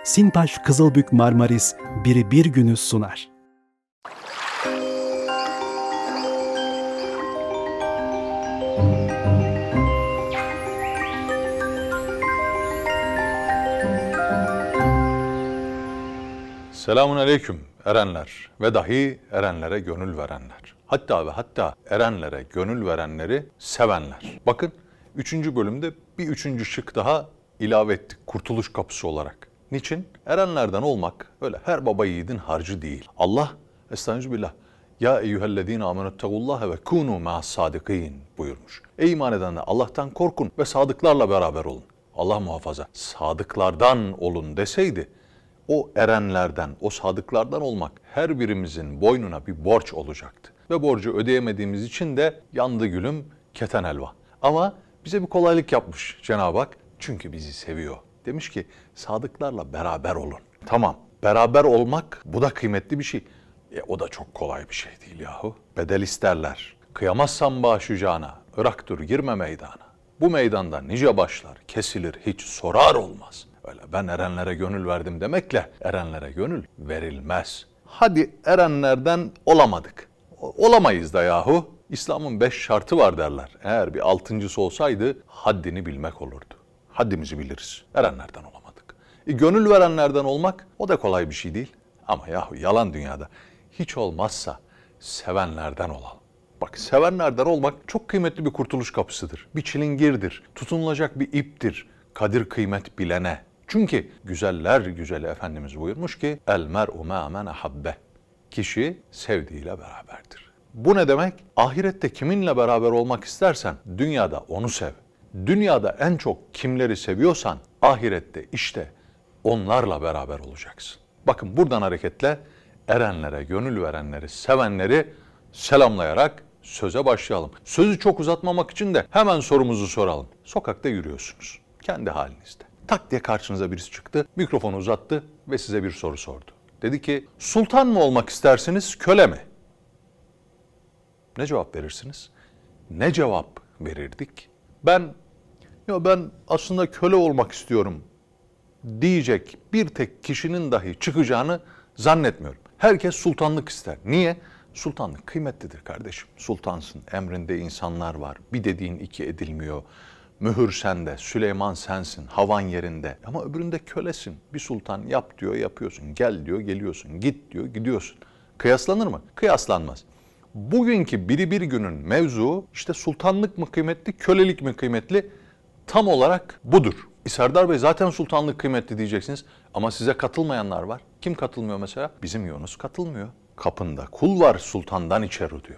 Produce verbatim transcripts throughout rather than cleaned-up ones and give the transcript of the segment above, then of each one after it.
Sintaş Kızılbük Marmaris Biri Bir Günü sunar. Selamun aleyküm erenler ve dahi erenlere gönül verenler. Hatta ve hatta erenlere gönül verenleri sevenler. Bakın üçüncü bölümde bir üçüncü şık daha ilave ettik kurtuluş kapısı olarak. Niçin? Erenlerden olmak öyle her baba yiğidin harcı değil. Allah estağfirullah ya eyyühellezine amenüttegullaha ve kunu ma'as sadikin buyurmuş. Ey iman edenler Allah'tan korkun ve sadıklarla beraber olun. Allah muhafaza sadıklardan olun deseydi o erenlerden, o sadıklardan olmak her birimizin boynuna bir borç olacaktı. Ve borcu ödeyemediğimiz için de yandı gülüm keten helva. Ama bize bir kolaylık yapmış Cenab-ı Hak. Çünkü bizi seviyor. Demiş ki sadıklarla beraber olun. Tamam, beraber olmak bu da kıymetli bir şey. E, o da çok kolay bir şey değil yahu. Bedel isterler. Kıyamazsan başucağına, Irak'tır girme meydana. Bu meydanda nice başlar kesilir hiç sorar olmaz. Öyle ben erenlere gönül verdim demekle erenlere gönül verilmez. Hadi erenlerden olamadık. Olamayız da yahu. İslam'ın beş şartı var derler. Eğer bir altıncısı olsaydı haddini bilmek olurdu. Haddimizi biliriz. Erenlerden olamadık. E, gönül verenlerden olmak o da kolay bir şey değil. Ama yahu yalan dünyada. Hiç olmazsa sevenlerden olalım. Bak sevenlerden olmak çok kıymetli bir kurtuluş kapısıdır. Bir çilingirdir. Tutunulacak bir iptir. Kadir kıymet bilene. Çünkü güzeller güzeli Efendimiz buyurmuş ki el mer'u ma men ahabbe. Kişi sevdiğiyle beraberdir. Bu ne demek? Ahirette kiminle beraber olmak istersen dünyada onu sev. Dünyada en çok kimleri seviyorsan ahirette işte onlarla beraber olacaksın. Bakın buradan hareketle erenlere, gönül verenleri, sevenleri selamlayarak söze başlayalım. Sözü çok uzatmamak için de hemen sorumuzu soralım. Sokakta yürüyorsunuz. Kendi halinizde. Tak diye karşınıza birisi çıktı, mikrofonu uzattı ve size bir soru sordu. Dedi ki, sultan mı olmak istersiniz, köle mi? Ne cevap verirsiniz? Ne cevap verirdik? Ben, ya ben aslında köle olmak istiyorum diyecek bir tek kişinin dahi çıkacağını zannetmiyorum. Herkes sultanlık ister. Niye? Sultanlık kıymetlidir kardeşim. Sultansın, emrinde insanlar var. Bir dediğin iki edilmiyor. Mühür sende, Süleyman sensin, havan yerinde. Ama öbüründe kölesin. Bir sultan yap diyor, yapıyorsun. Gel diyor, geliyorsun. Git diyor, gidiyorsun. Kıyaslanır mı? Kıyaslanmaz. Bugünkü biri bir günün mevzu işte sultanlık mı kıymetli, kölelik mi kıymetli? Tam olarak budur. E Serdar Bey zaten sultanlık kıymetli diyeceksiniz ama size katılmayanlar var. Kim katılmıyor mesela? Bizim Yunus katılmıyor. Kapında kul var sultandan içeri diyor.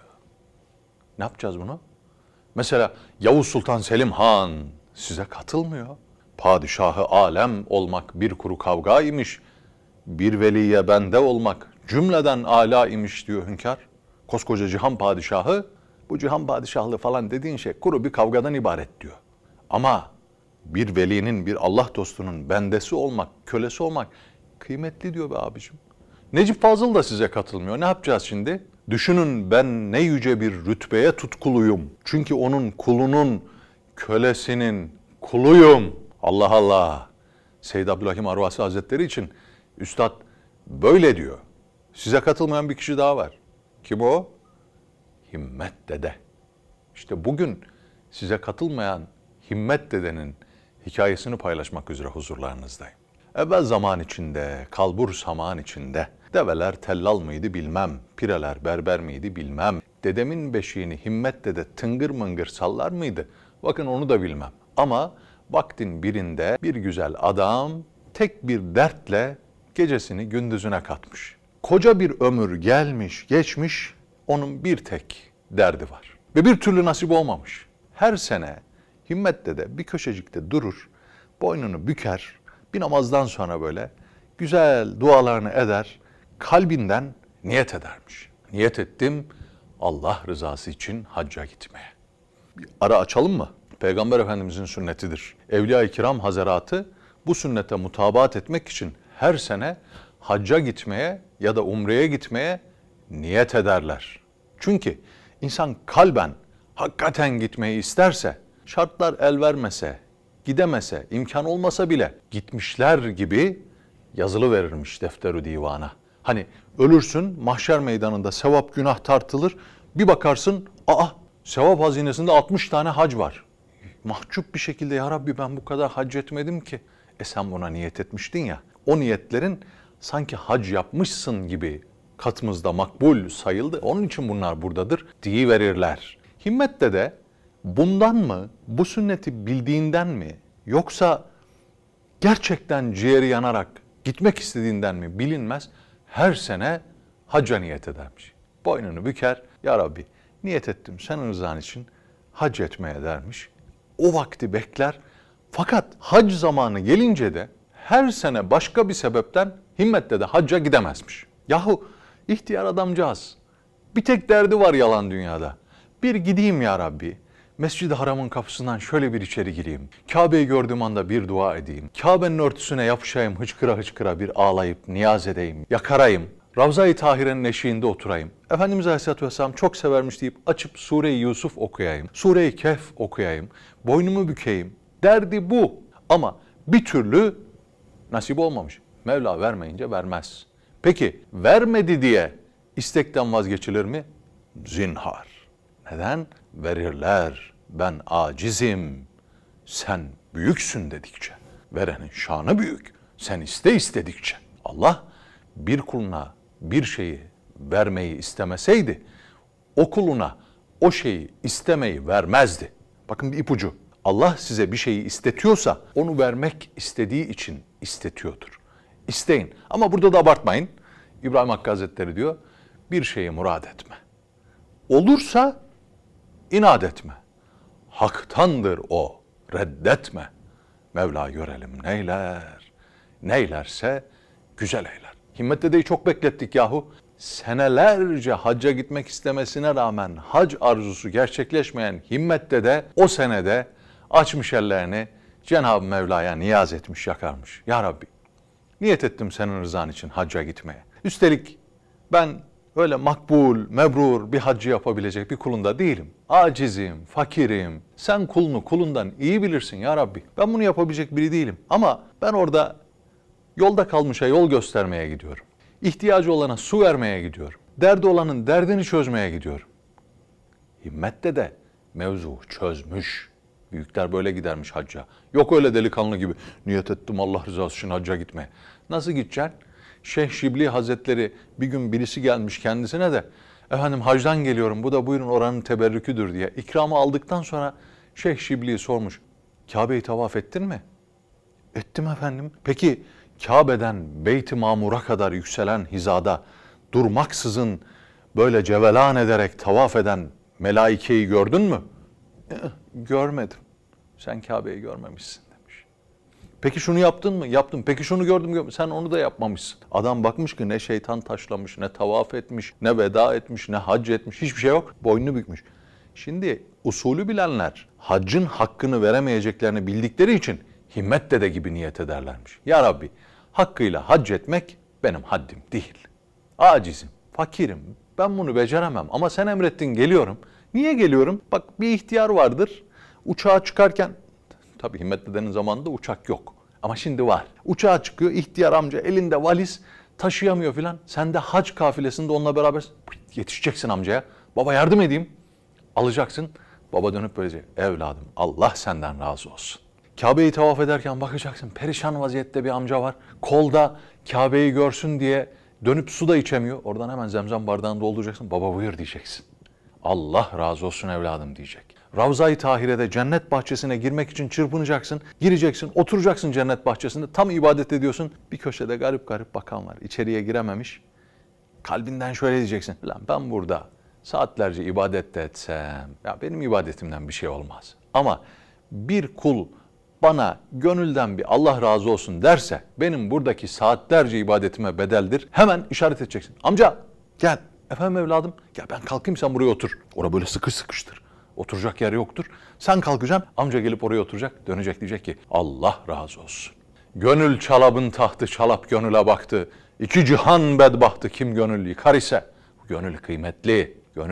Ne yapacağız bunu? Mesela Yavuz Sultan Selim Han size katılmıyor. Padişahı alem olmak bir kuru kavga imiş. Bir veliye bende olmak cümleden âlâ imiş diyor hünkâr. Koskoca cihan padişahı bu cihan padişahlığı falan dediğin şey kuru bir kavgadan ibaret diyor. Ama bir velinin, bir Allah dostunun bendesi olmak, kölesi olmak kıymetli diyor be abicim. Necip Fazıl da size katılmıyor. Ne yapacağız şimdi? Düşünün ben ne yüce bir rütbeye tutkuluyum. Çünkü onun kulunun, kölesinin kuluyum. Allah Allah. Seyyid Abdülhakim Arvasi Hazretleri için Üstad böyle diyor. Size katılmayan bir kişi daha var. Kim o? Himmet Dede. İşte bugün size katılmayan Himmet Dede'nin hikayesini paylaşmak üzere huzurlarınızdayım. Evvel zaman içinde, kalbur saman içinde, develer tellal mıydı bilmem, pireler berber miydi bilmem, dedemin beşiğini Himmet Dede tıngır mıngır sallar mıydı? Bakın onu da bilmem. Ama vaktin birinde bir güzel adam tek bir dertle gecesini gündüzüne katmış. Koca bir ömür gelmiş, geçmiş, onun bir tek derdi var. Ve bir türlü nasip olmamış. Her sene Himmet Dede bir köşecikte durur, boynunu büker, bir namazdan sonra böyle güzel dualarını eder, kalbinden niyet edermiş. Niyet ettim Allah rızası için hacca gitmeye. Bir ara açalım mı? Peygamber Efendimizin sünnetidir. Evliya-i Kiram Hazaratı bu sünnete mutabaat etmek için her sene hacca gitmeye ya da umreye gitmeye niyet ederler. Çünkü insan kalben hakikaten gitmeyi isterse, şartlar el vermese, gidemese, imkan olmasa bile gitmişler gibi yazılı verirmiş defter-ü divana. Hani ölürsün, mahşer meydanında sevap günah tartılır. Bir bakarsın, aa sevap hazinesinde altmış tane hac var. Mahcup bir şekilde ya Rabbi ben bu kadar hac etmedim ki. E sen buna niyet etmiştin ya. O niyetlerin sanki hac yapmışsın gibi katımızda makbul sayıldı. Onun için bunlar buradadır diyiverirler. Himmet'te de bundan mı, bu sünneti bildiğinden mi, yoksa gerçekten ciğeri yanarak gitmek istediğinden mi bilinmez, her sene hacca niyet edermiş. Boynunu büker, ya Rabbi niyet ettim senin rızan için hac etmeye dermiş. O vakti bekler, fakat hac zamanı gelince de her sene başka bir sebepten Himmet'te de hacca gidemezmiş. Yahu ihtiyar adamcağız, bir tek derdi var yalan dünyada. Bir gideyim ya Rabbi, Mescid-i Haram'ın kapısından şöyle bir içeri gireyim. Kabe'yi gördüğüm anda bir dua edeyim. Kabe'nin örtüsüne yapışayım, hıçkıra hıçkıra bir ağlayıp niyaz edeyim. Yakarayım. Ravza-i Tahire'nin eşiğinde oturayım. Efendimiz Aleyhisselatü Vesselam çok severmiş deyip açıp Sure-i Yusuf okuyayım. Sure-i Kehf okuyayım. Boynumu bükeyim. Derdi bu. Ama bir türlü nasip olmamış. Mevla vermeyince vermez. Peki vermedi diye istekten vazgeçilir mi? Zinhar. Neden? Verirler. Ben acizim. Sen büyüksün dedikçe. Verenin şanı büyük. Sen iste istedikçe. Allah bir kuluna bir şeyi vermeyi istemeseydi, o kuluna o şeyi istemeyi vermezdi. Bakın bir ipucu. Allah size bir şeyi istetiyorsa onu vermek istediği için istetiyordur. İsteyin. Ama burada da abartmayın. İbrahim Hakkı Hazretleri diyor, bir şeyi murad etme. Olursa inat etme. Haktandır o, reddetme. Mevla görelim neyler. Neylerse güzel eyler. Himmet dedeyi çok beklettik yahu. Senelerce hacca gitmek istemesine rağmen hac arzusu gerçekleşmeyen Himmet dede o senede açmış ellerini Cenab-ı Mevla'ya niyaz etmiş, yakarmış. Ya Rabbi, niyet ettim senin rızan için hacca gitmeye. Üstelik ben öyle makbul, mebrur bir haccı yapabilecek bir kulunda değilim. Acizim, fakirim. Sen kulunu kulundan iyi bilirsin ya Rabbi. Ben bunu yapabilecek biri değilim. Ama ben orada yolda kalmışa yol göstermeye gidiyorum. İhtiyacı olana su vermeye gidiyorum. Derdi olanın derdini çözmeye gidiyorum. Himmet'te de mevzu çözmüş. Büyükler böyle gidermiş hacca. Yok öyle delikanlı gibi niyet ettim Allah rızası için hacca gitmeye. Nasıl gideceksin? Şeyh Şibli Hazretleri bir gün birisi gelmiş kendisine de efendim hacdan geliyorum bu da buyurun oranın teberrüküdür diye. İkramı aldıktan sonra Şeyh Şibli'yi sormuş. Kabe'yi tavaf ettin mi? Ettim efendim. Peki Kabe'den Beyt-i Mamur'a kadar yükselen hizada durmaksızın böyle cevelan ederek tavaf eden melaikeyi gördün mü? E, görmedim. Sen Kabe'yi görmemişsin demiş. Peki şunu yaptın mı? Yaptım. Peki şunu gördüm mü? Sen onu da yapmamışsın. Adam bakmış ki ne şeytan taşlamış, ne tavaf etmiş, ne veda etmiş, ne hac etmiş. Hiçbir şey yok. Boynunu bükmüş. Şimdi usulü bilenler haccın hakkını veremeyeceklerini bildikleri için Himmet dede gibi niyet ederlermiş. Ya Rabbi, hakkıyla hac etmek benim haddim değil. Acizim, fakirim, ben bunu beceremem ama sen emrettin geliyorum. Niye geliyorum? Bak bir ihtiyar vardır, uçağa çıkarken, tabii Himmet dedenin zamanında uçak yok ama şimdi var. Uçağa çıkıyor, ihtiyar amca elinde valiz taşıyamıyor filan. Sen de hac kafilesinde onunla beraber yetişeceksin amcaya. Baba yardım edeyim. Alacaksın. Baba dönüp böylece evladım Allah senden razı olsun. Kabe'yi tavaf ederken bakacaksın perişan vaziyette bir amca var. Kolda Kabe'yi görsün diye dönüp su da içemiyor. Oradan hemen zemzem bardağını dolduracaksın. Baba buyur diyeceksin. Allah razı olsun evladım diyecek. Ravza-i Tahire'de cennet bahçesine girmek için çırpınacaksın. Gireceksin, oturacaksın cennet bahçesinde. Tam ibadet ediyorsun. Bir köşede garip garip bakan var. İçeriye girememiş. Kalbinden şöyle diyeceksin. Lan ben burada saatlerce ibadet de etsem, ya benim ibadetimden bir şey olmaz. Ama bir kul bana gönülden bir Allah razı olsun derse benim buradaki saatlerce ibadetime bedeldir. Hemen işaret edeceksin. Amca gel. Efendim evladım gel ben kalkayım sen buraya otur. Orada böyle sıkış sıkıştır. Oturacak yer yoktur. Sen kalkacaksın amca gelip oraya oturacak. Dönecek diyecek ki Allah razı olsun. Gönül çalabın tahtı çalap gönüle baktı. İki cihan bedbahtı kim gönül yıkar ise. Bu gönül kıymetli. Gönül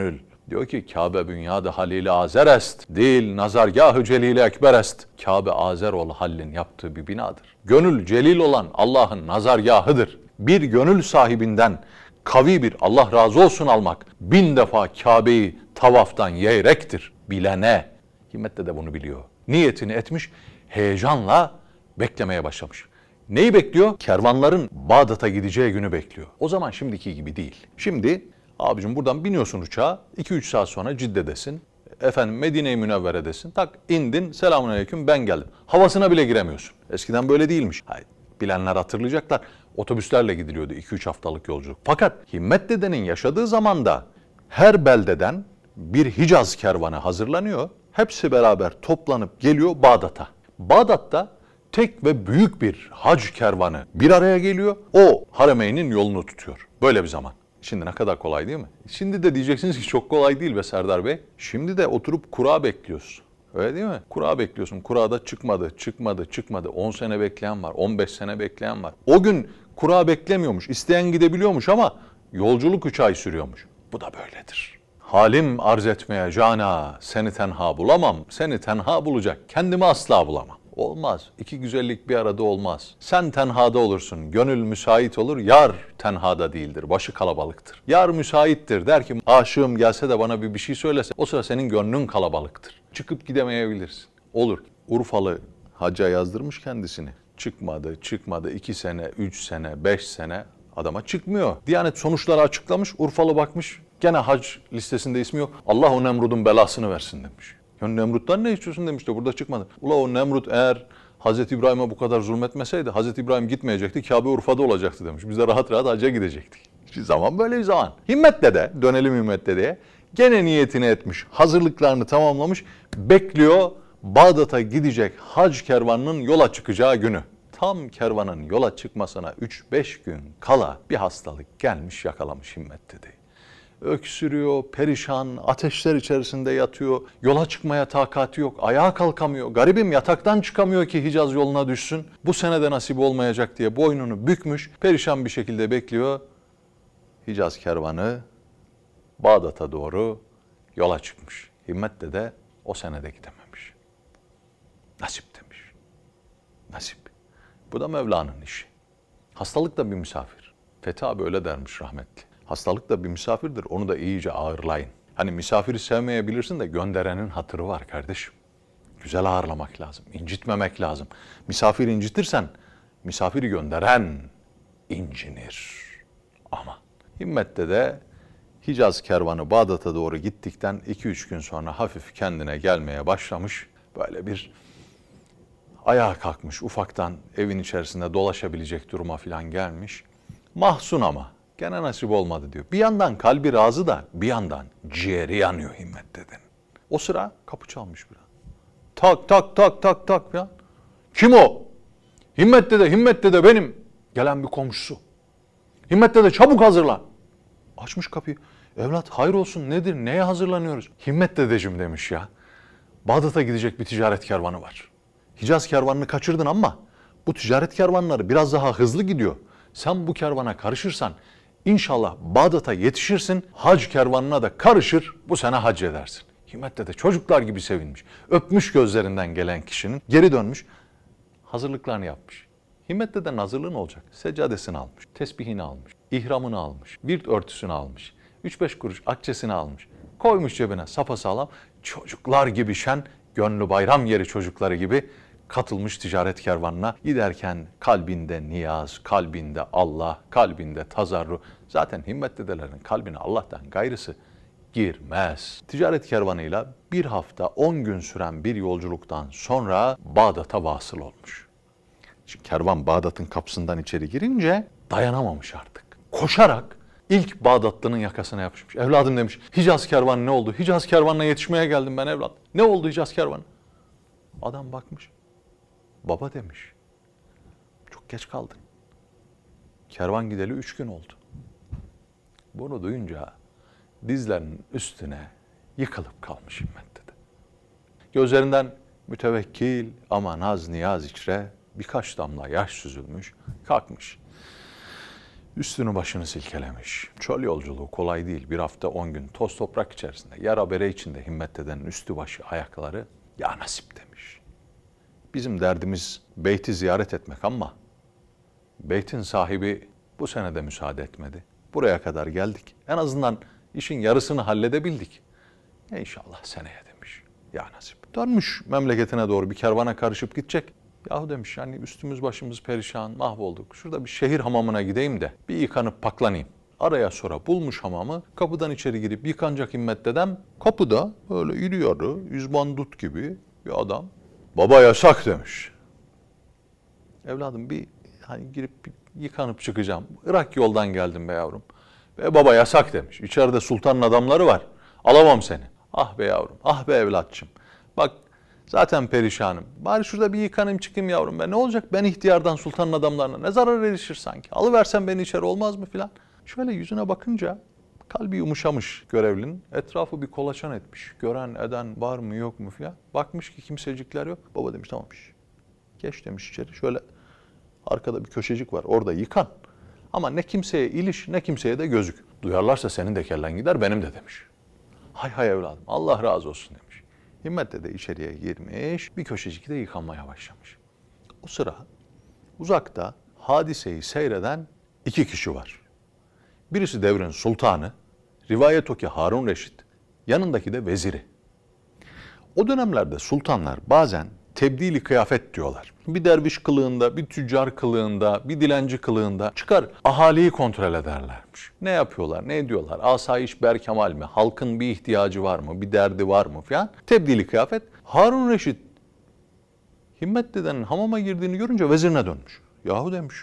Diyor ki Kabe bünyadı halil azer est, değil nazargahı celil ekber est. Kabe Azeroğlu Halil'in yaptığı bir binadır. Gönül celil olan Allah'ın nazargahıdır. Bir gönül sahibinden kavi bir Allah razı olsun almak bin defa Kabe'yi tavaftan yeyrektir. Bilene, Himmet de bunu biliyor. Niyetini etmiş, heyecanla beklemeye başlamış. Neyi bekliyor? Kervanların Bağdat'a gideceği günü bekliyor. O zaman şimdiki gibi değil. Şimdi abicim buradan biniyorsun uçağa, iki üç saat sonra Cidde'desin. Efendim Medine-i Münevvere'desin. Tak indin, selamünaleyküm ben geldim. Havasına bile giremiyorsun. Eskiden böyle değilmiş. Hayır, bilenler hatırlayacaklar. Otobüslerle gidiliyordu iki üç haftalık yolculuk. Fakat Himmet dedenin yaşadığı zamanda her beldeden bir Hicaz kervanı hazırlanıyor. Hepsi beraber toplanıp geliyor Bağdat'a. Bağdat'ta tek ve büyük bir hac kervanı bir araya geliyor. O Haremeyn'in yolunu tutuyor. Böyle bir zaman. Şimdi ne kadar kolay değil mi? Şimdi de diyeceksiniz ki çok kolay değil be Serdar Bey. Şimdi de oturup kura bekliyorsun. Öyle değil mi? Kura bekliyorsun. Kurada çıkmadı, çıkmadı, çıkmadı. on sene bekleyen var, on beş sene bekleyen var. O gün kura beklemiyormuş, isteyen gidebiliyormuş ama yolculuk üç ay sürüyormuş. Bu da böyledir. Halim arz etmeye cana, seni tenha bulamam, seni tenha bulacak, kendimi asla bulamam. Olmaz. İki güzellik bir arada olmaz. Sen tenhada olursun, gönül müsait olur, yar tenhada değildir, başı kalabalıktır. Yar müsaittir, der ki aşığım gelse de bana bir bir şey söylese, o sıra senin gönlün kalabalıktır. Çıkıp gidemeyebilirsin. Olur. Urfalı hacca yazdırmış kendisini. Çıkmadı, çıkmadı, iki sene, üç sene, beş sene adama çıkmıyor. Diyanet sonuçları açıklamış, Urfalı bakmış, gene hac listesinde ismi yok. Allah o Nemrud'un belasını versin demiş. Ya Nemrut'tan ne istiyorsun demiş de burada çıkmadı. Ula o Nemrut eğer Hazreti İbrahim'e bu kadar zulmetmeseydi Hazreti İbrahim gitmeyecekti, Kabe Urfa'da olacaktı demiş. Biz de rahat rahat hacca gidecektik. Hiçbir zaman böyle bir zaman. Himmet dede, dönelim Himmet dedeye. Gene niyetini etmiş, hazırlıklarını tamamlamış, bekliyor Bağdat'a gidecek hac kervanının yola çıkacağı günü. Tam kervanın yola çıkmasına üç beş gün kala bir hastalık gelmiş yakalamış Himmet dedeyi. Öksürüyor, perişan, ateşler içerisinde yatıyor, yola çıkmaya takati yok, ayağa kalkamıyor. Garibim yataktan çıkamıyor ki Hicaz yoluna düşsün. Bu sene de nasip olmayacak diye boynunu bükmüş, perişan bir şekilde bekliyor. Hicaz kervanı Bağdat'a doğru yola çıkmış. Himmet de o senede gidememiş. Nasip demiş. Nasip. Bu da Mevla'nın işi. Hastalık da bir misafir. Fethi abi öyle dermiş rahmetli. Hastalık da bir misafirdir, onu da iyice ağırlayın. Hani misafiri sevmeyebilirsin de gönderenin hatırı var kardeşim. Güzel ağırlamak lazım, incitmemek lazım. Misafiri incitirsen, misafiri gönderen incinir. Ama Himmet'te de Hicaz kervanı Bağdat'a doğru gittikten iki üç gün sonra hafif kendine gelmeye başlamış. Böyle bir ayağa kalkmış, ufaktan evin içerisinde dolaşabilecek duruma falan gelmiş. Mahzun ama. Gene nasip olmadı diyor. Bir yandan kalbi razı da bir yandan ciğeri yanıyor Himmet dedenin. O sıra kapı çalmış bir an. Tak tak tak tak tak falan. Kim o? Himmet dede, Himmet dede benim. Gelen bir komşusu. Himmet dede çabuk hazırlan. Açmış kapıyı. Evlat hayır olsun nedir? Neye hazırlanıyoruz? Himmet dedeciğim demiş ya. Bağdat'a gidecek bir ticaret kervanı var. Hicaz kervanını kaçırdın ama bu ticaret kervanları biraz daha hızlı gidiyor. Sen bu kervana karışırsan İnşallah Bağdat'a yetişirsin, hac kervanına da karışır, bu sene hac edersin. Himmet dede çocuklar gibi sevinmiş. Öpmüş gözlerinden gelen kişinin, geri dönmüş, hazırlıklarını yapmış. Himmet dedenin hazırlığı ne olacak? Seccadesini almış, tesbihini almış, ihramını almış, virt örtüsünü almış, üç beş kuruş akçesini almış, koymuş cebine sapasağlam, çocuklar gibi şen, gönlü bayram yeri çocukları gibi katılmış ticaret kervanına. Giderken kalbinde niyaz, kalbinde Allah, kalbinde tazarru. Zaten Himmet dedelerin kalbine Allah'tan gayrısı girmez. Ticaret kervanıyla bir hafta on gün süren bir yolculuktan sonra Bağdat'a vasıl olmuş. Şimdi kervan Bağdat'ın kapısından içeri girince dayanamamış artık. Koşarak ilk Bağdatlı'nın yakasına yapışmış. Evladım demiş, Hicaz kervanı ne oldu? Hicaz kervanına yetişmeye geldim ben evlat. Ne oldu Hicaz kervanı? Adam bakmış. Baba demiş, çok geç kaldın. Kervan gideli üç gün oldu. Bunu duyunca dizlerinin üstüne yıkılıp kalmış Himmet dede. Gözlerinden mütevekkil ama naz niyaz içre birkaç damla yaş süzülmüş, kalkmış. Üstünü başını silkelemiş. Çöl yolculuğu kolay değil. Bir hafta on gün toz toprak içerisinde. Yara bere içinde Himmet dedenin üstü başı ayakları ya nasip demiş. Bizim derdimiz beyti ziyaret etmek ama beytin sahibi bu sene de müsaade etmedi. Buraya kadar geldik. En azından işin yarısını halledebildik. E inşallah seneye demiş. Ya nasip. Dönmüş memleketine doğru bir kervana karışıp gidecek. Yahu demiş yani üstümüz başımız perişan, mahvolduk. Şurada bir şehir hamamına gideyim de bir yıkanıp paklanayım. Araya sonra bulmuş hamamı, kapıdan içeri girip yıkanacak Himmet dedem. Kapıda böyle iri yarı, yüzban dut gibi bir adam. Baba yasak demiş. Evladım bir hani girip bir yıkanıp çıkacağım. Irak yoldan geldim be yavrum. Ve baba yasak demiş. İçeride sultanın adamları var. Alamam seni. Ah be yavrum, ah be evlatçım. Bak zaten perişanım. Bari şurada bir yıkanayım çıkayım yavrum be. Ne olacak ben ihtiyardan sultanın adamlarına? Ne zarar erişir sanki? Alıversen beni içeri olmaz mı filan? Şöyle yüzüne bakınca kalbi yumuşamış görevlinin. Etrafı bir kolaçan etmiş. Gören eden var mı yok mu filan. Bakmış ki kimsecikler yok. Baba demiş tamam iş. Geç demiş içeri. Şöyle arkada bir köşecik var. Orada yıkan. Ama ne kimseye iliş ne kimseye de gözük. Duyarlarsa senin de kellen gider benim de demiş. Hay hay evladım Allah razı olsun demiş. Himmet dede içeriye girmiş, bir köşecikte yıkanmaya başlamış. O sıra uzakta hadiseyi seyreden iki kişi var. Birisi devrin sultanı, rivayet o ki Harun Reşit, yanındaki de veziri. O dönemlerde sultanlar bazen tebdili kıyafet diyorlar. Bir derviş kılığında, bir tüccar kılığında, bir dilenci kılığında çıkar ahaliyi kontrol ederlermiş. Ne yapıyorlar, ne ediyorlar? Asayiş berkemal mi? Halkın bir ihtiyacı var mı? Bir derdi var mı falan? Tebdili kıyafet. Harun Reşit Himmet dedenin hamama girdiğini görünce vezirine dönmüş. Yahu demiş,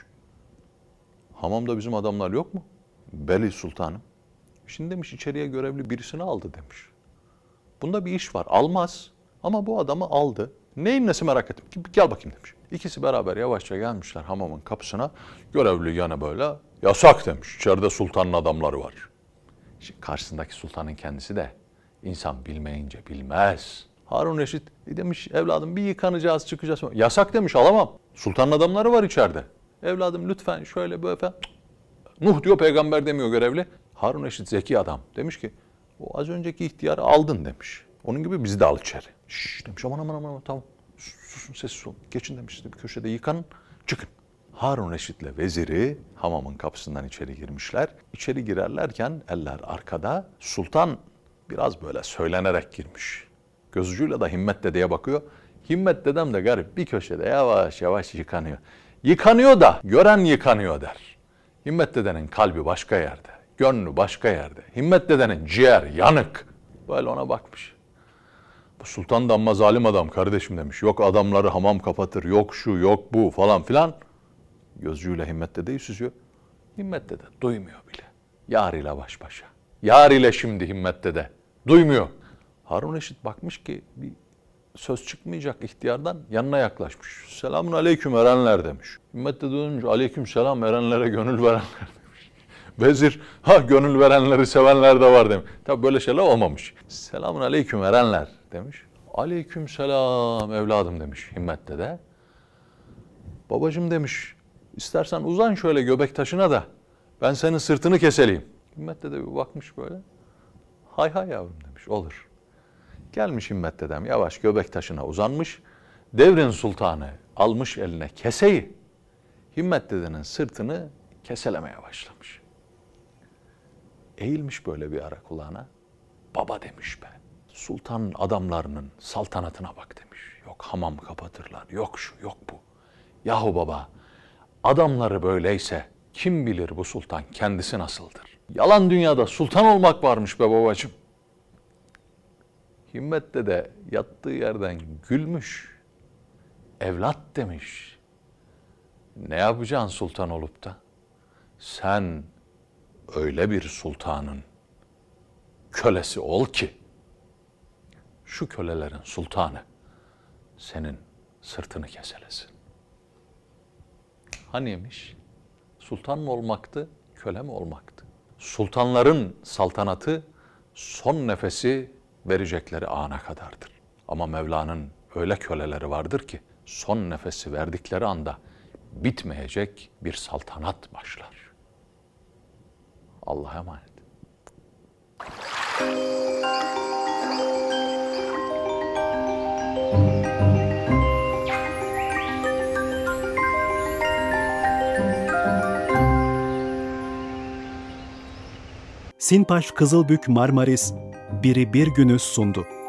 hamamda bizim adamlar yok mu? Beli sultanım. Şimdi demiş içeriye görevli birisini aldı demiş. Bunda bir iş var. Almaz ama bu adamı aldı. Neyin nesi merak ettim. Gel bakayım demiş. İkisi beraber yavaşça gelmişler hamamın kapısına. Görevli yana böyle yasak demiş. İçeride sultanın adamları var. Şimdi karşısındaki sultanın kendisi de insan bilmeyince bilmez. Harun Reşit demiş evladım bir yıkanacağız çıkacağız. Yasak demiş alamam. Sultanın adamları var içeride. Evladım lütfen şöyle böyle falan. Nuh diyor peygamber demiyor görevli. Harun Reşit zeki adam. Demiş ki o az önceki ihtiyarı aldın demiş. Onun gibi bizi de al içeri. Şşş demiş aman aman aman tamam. Susun sessiz olun. Geçin demiş bir köşede yıkanın çıkın. Harun Reşit'le veziri hamamın kapısından içeri girmişler. İçeri girerlerken eller arkada. Sultan biraz böyle söylenerek girmiş. Göz ucuyla da Himmet dedeye bakıyor. Himmet dedem de garip bir köşede yavaş yavaş yıkanıyor. Yıkanıyor da gören yıkanıyor der. Himmet dedenin kalbi başka yerde. Gönlü başka yerde. Himmet dedenin ciğer yanık. Böyle ona bakmış. Bu sultan da amma zalim adam kardeşim demiş. Yok adamları hamam kapatır, yok şu, yok bu falan filan. Gözcüyle Himmet dedeyi süzüyor. Himmet dede duymuyor bile. Yar ile baş başa. Yar ile şimdi Himmet dede. Duymuyor. Harun Reşit bakmış ki bir söz çıkmayacak ihtiyardan yanına yaklaşmış. Selamun aleyküm erenler demiş. Himmet dede dönünce aleyküm selam erenlere gönül verenler demiş. Vezir ha gönül verenleri sevenler de var demiş. Tabi böyle şeyler olmamış. Selamun aleyküm erenler demiş. Aleyküm selam evladım demiş Himmet dede. Babacım demiş istersen uzan şöyle göbek taşına da ben senin sırtını keseleyim. Himmet dede bir bakmış böyle. Hay hay yavrum demiş olur. Gelmiş Himmet dedem yavaş göbek taşına uzanmış. Devrin sultanı almış eline keseyi. Himmet dedenin sırtını keselemeye başlamış. Eğilmiş böyle bir ara kulağına. Baba demiş be. Sultanın adamlarının saltanatına bak demiş. Yok hamam kapatırlar, yok şu, yok bu. Yahu baba, adamları böyleyse kim bilir bu sultan kendisi nasıldır? Yalan dünyada sultan olmak varmış be babacığım. Himmet dede yattığı yerden gülmüş. Evlat demiş. Ne yapacaksın sultan olup da? Sen öyle bir sultanın kölesi ol ki şu kölelerin sultanı senin sırtını keselesin. Haniymiş? Sultan mı olmaktı, köle mi olmaktı? Sultanların saltanatı son nefesi verecekleri ana kadardır. Ama Mevla'nın öyle köleleri vardır ki son nefesi verdikleri anda bitmeyecek bir saltanat başlar. Allah'a emanet. Sinpaş Kızılbük Marmaris Biri Bir Günü sundu.